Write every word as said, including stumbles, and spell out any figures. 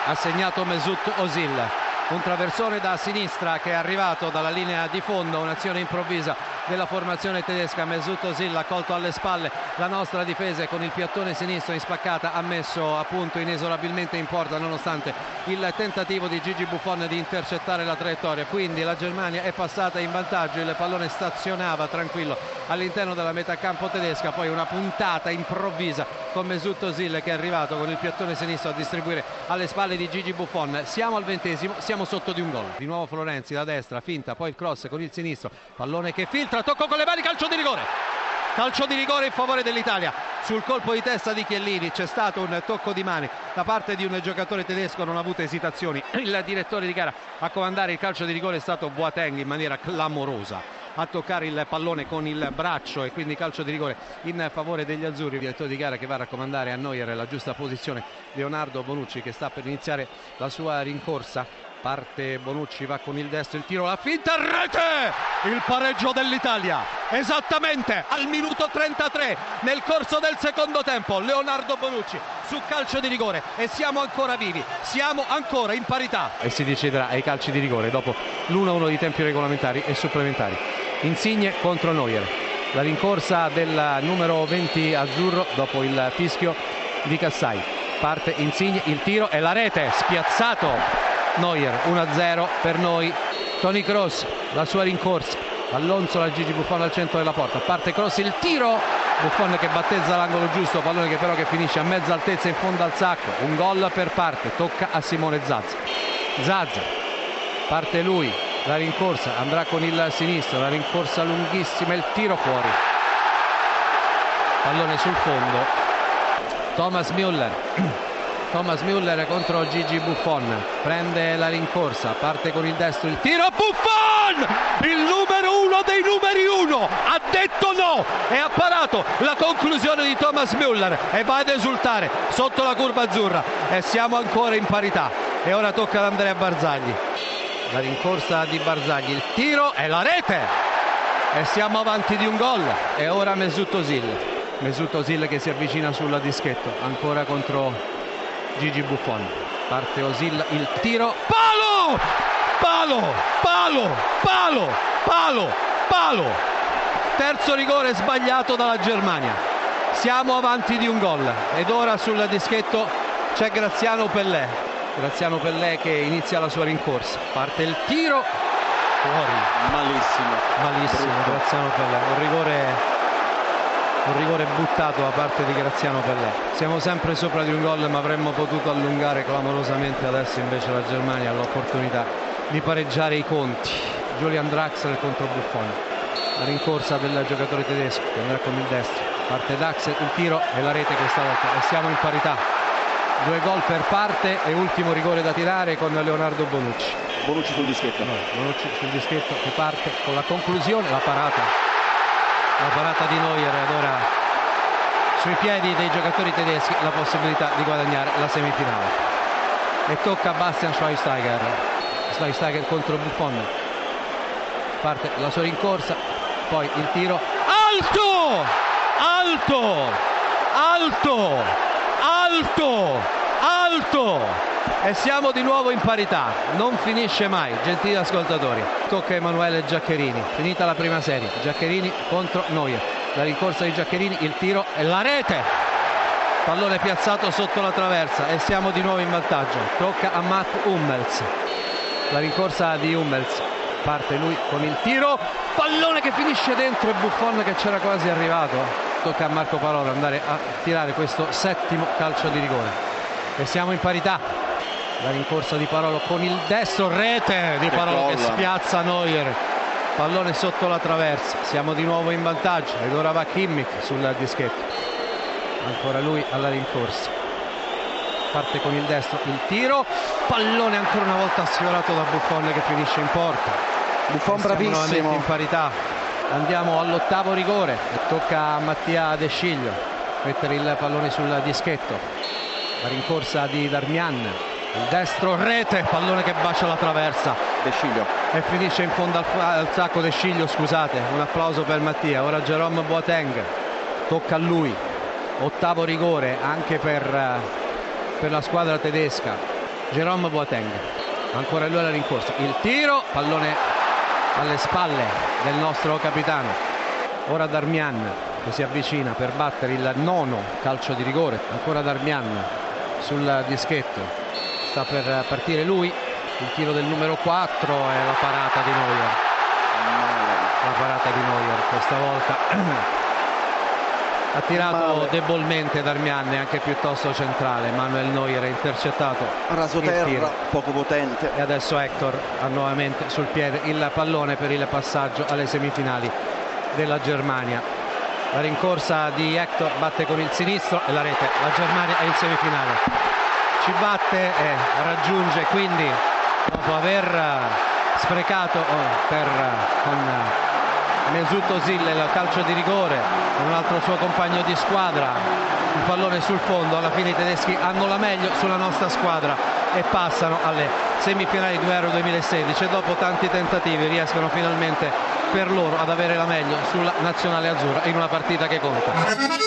ha segnato Mesut Özil. Un traversone da sinistra che è arrivato dalla linea di fondo, un'azione improvvisa della formazione tedesca. Mesut Özil ha colto alle spalle la nostra difesa e con il piattone sinistro in spaccata ha messo a punto inesorabilmente in porta, nonostante il tentativo di Gigi Buffon di intercettare la traiettoria. Quindi la Germania è passata in vantaggio, il pallone stazionava tranquillo all'interno della metà campo tedesca, poi una puntata improvvisa con Mesut Özil che è arrivato con il piattone sinistro a distribuire alle spalle di Gigi Buffon. Siamo al ventesimo, siamo sotto di un gol. Di nuovo Florenzi da destra, finta, poi il cross con il sinistro, pallone che filtra, tocco con le mani, calcio di rigore. Calcio di rigore in favore dell'Italia. Sul colpo di testa di Chiellini c'è stato un tocco di mani da parte di un giocatore tedesco, non ha avuto esitazioni il direttore di gara a comandare il calcio di rigore è stato Boateng in maniera clamorosa a toccare il pallone con il braccio, e quindi calcio di rigore in favore degli azzurri. Il direttore di gara che va a raccomandare a Neuer la giusta posizione, Leonardo Bonucci, che sta per iniziare la sua rincorsa. Parte Bonucci, va con il destro, il tiro, la finta, rete! Il pareggio dell'Italia esattamente al minuto trentatré nel corso del secondo tempo. Leonardo Bonucci su calcio di rigore e siamo ancora vivi, siamo ancora in parità e si deciderà ai calci di rigore dopo l'uno a uno di tempi regolamentari e supplementari. Insigne contro Neuer, la rincorsa del numero venti azzurro dopo il fischio di Kassai. Parte Insigne, il tiro e la rete, spiazzato Neuer. Uno a zero per noi. Toni Kroos, la sua rincorsa, Alonso la Gigi Buffon al centro della porta, parte Kroos, il tiro, Buffon che battezza l'angolo giusto, pallone che però che finisce a mezza altezza in fondo al sacco. Un gol per parte, tocca a Simone Zaza. Zaza, parte lui, la rincorsa, andrà con il sinistro, la rincorsa lunghissima, il tiro fuori, pallone sul fondo. Thomas Müller Thomas Müller contro Gigi Buffon, prende la rincorsa, parte con il destro, il tiro, Buffon, il numero uno dei numeri uno, ha detto no e ha parato la conclusione di Thomas Müller e va ad esultare sotto la curva azzurra e siamo ancora in parità. E ora tocca ad Andrea Barzagli, la rincorsa di Barzagli, il tiro e la rete e siamo avanti di un gol. E ora Mesut Özil, Mesut Özil che si avvicina sulla dischetto, ancora contro Gigi Buffon, parte Özil, il tiro, palo, palo, palo, palo, palo, palo, terzo rigore sbagliato dalla Germania. Siamo avanti di un gol ed ora sul dischetto c'è Graziano Pellè, Graziano Pellè che inizia la sua rincorsa, parte il tiro, fuori, malissimo, malissimo Graziano Pellè, un rigore un rigore buttato da parte di Graziano Pellè. Siamo sempre sopra di un gol, ma avremmo potuto allungare clamorosamente. Adesso invece la Germania ha l'opportunità di pareggiare i conti. Julian Draxler contro Buffon, la rincorsa del giocatore tedesco che andrà con il destro, parte Draxler, il tiro e la rete questa volta e siamo in parità. Due gol per parte e ultimo rigore da tirare con Leonardo Bonucci. Bonucci sul dischetto. No, Bonucci sul dischetto che parte con la conclusione, la parata. La parata di Neuer ed ora sui piedi dei giocatori tedeschi la possibilità di guadagnare la semifinale. E tocca a Bastian Schweinsteiger. Schweinsteiger contro Buffon. Parte la sua rincorsa, poi il tiro. Alto! Alto! Alto! Alto! Alto! E siamo di nuovo in parità, non finisce mai, gentili ascoltatori. Tocca a Emanuele Giaccherini, finita la prima serie, Giaccherini contro Neuer, la rincorsa di Giaccherini, il tiro e la rete, pallone piazzato sotto la traversa e siamo di nuovo in vantaggio. Tocca a Mats Hummels, la rincorsa di Hummels, parte lui con il tiro, pallone che finisce dentro e Buffon che c'era quasi arrivato. Tocca a Marco Parola andare a tirare questo settimo calcio di rigore e siamo in parità. La rincorsa di Parolo con il destro, rete di Parolo che spiazza Neuer, pallone sotto la traversa, siamo di nuovo in vantaggio ed ora va Kimmich sul dischetto, ancora lui alla rincorsa, parte con il destro, il tiro, pallone ancora una volta sfiorato da Buffon che finisce in porta. Buffon bravissimo. Siamo nuovamente in parità, andiamo all'ottavo rigore e tocca a Mattia De Sciglio mettere il pallone sul dischetto, la rincorsa di Darmian, il destro, rete, pallone che bacia la traversa De Sciglio e finisce in fondo al, al sacco. De Sciglio, scusate, un applauso per Mattia. Ora Jerome Boateng, tocca a lui, ottavo rigore anche per, per la squadra tedesca. Jerome Boateng, ancora lui alla rincorsa, il tiro, pallone alle spalle del nostro capitano. Ora Darmian che si avvicina per battere il nono calcio di rigore, ancora Darmian sul dischetto, sta per partire lui, il tiro del numero quattro e la parata di Neuer, la parata di Neuer questa volta. Ha tirato debolmente Darmian, anche piuttosto centrale. Manuel Neuer ha intercettato raso terra, poco potente. E adesso Hector ha nuovamente sul piede il pallone per il passaggio alle semifinali della Germania. La rincorsa di Hector, batte con il sinistro e la rete. La Germania è in semifinale. Ci batte e raggiunge quindi, dopo aver sprecato per con Mesut Özil il calcio di rigore con un altro suo compagno di squadra, il pallone sul fondo, alla fine i tedeschi hanno la meglio sulla nostra squadra e passano alle semifinali di Euro duemilasedici e dopo tanti tentativi riescono finalmente per loro ad avere la meglio sulla nazionale azzurra in una partita che conta.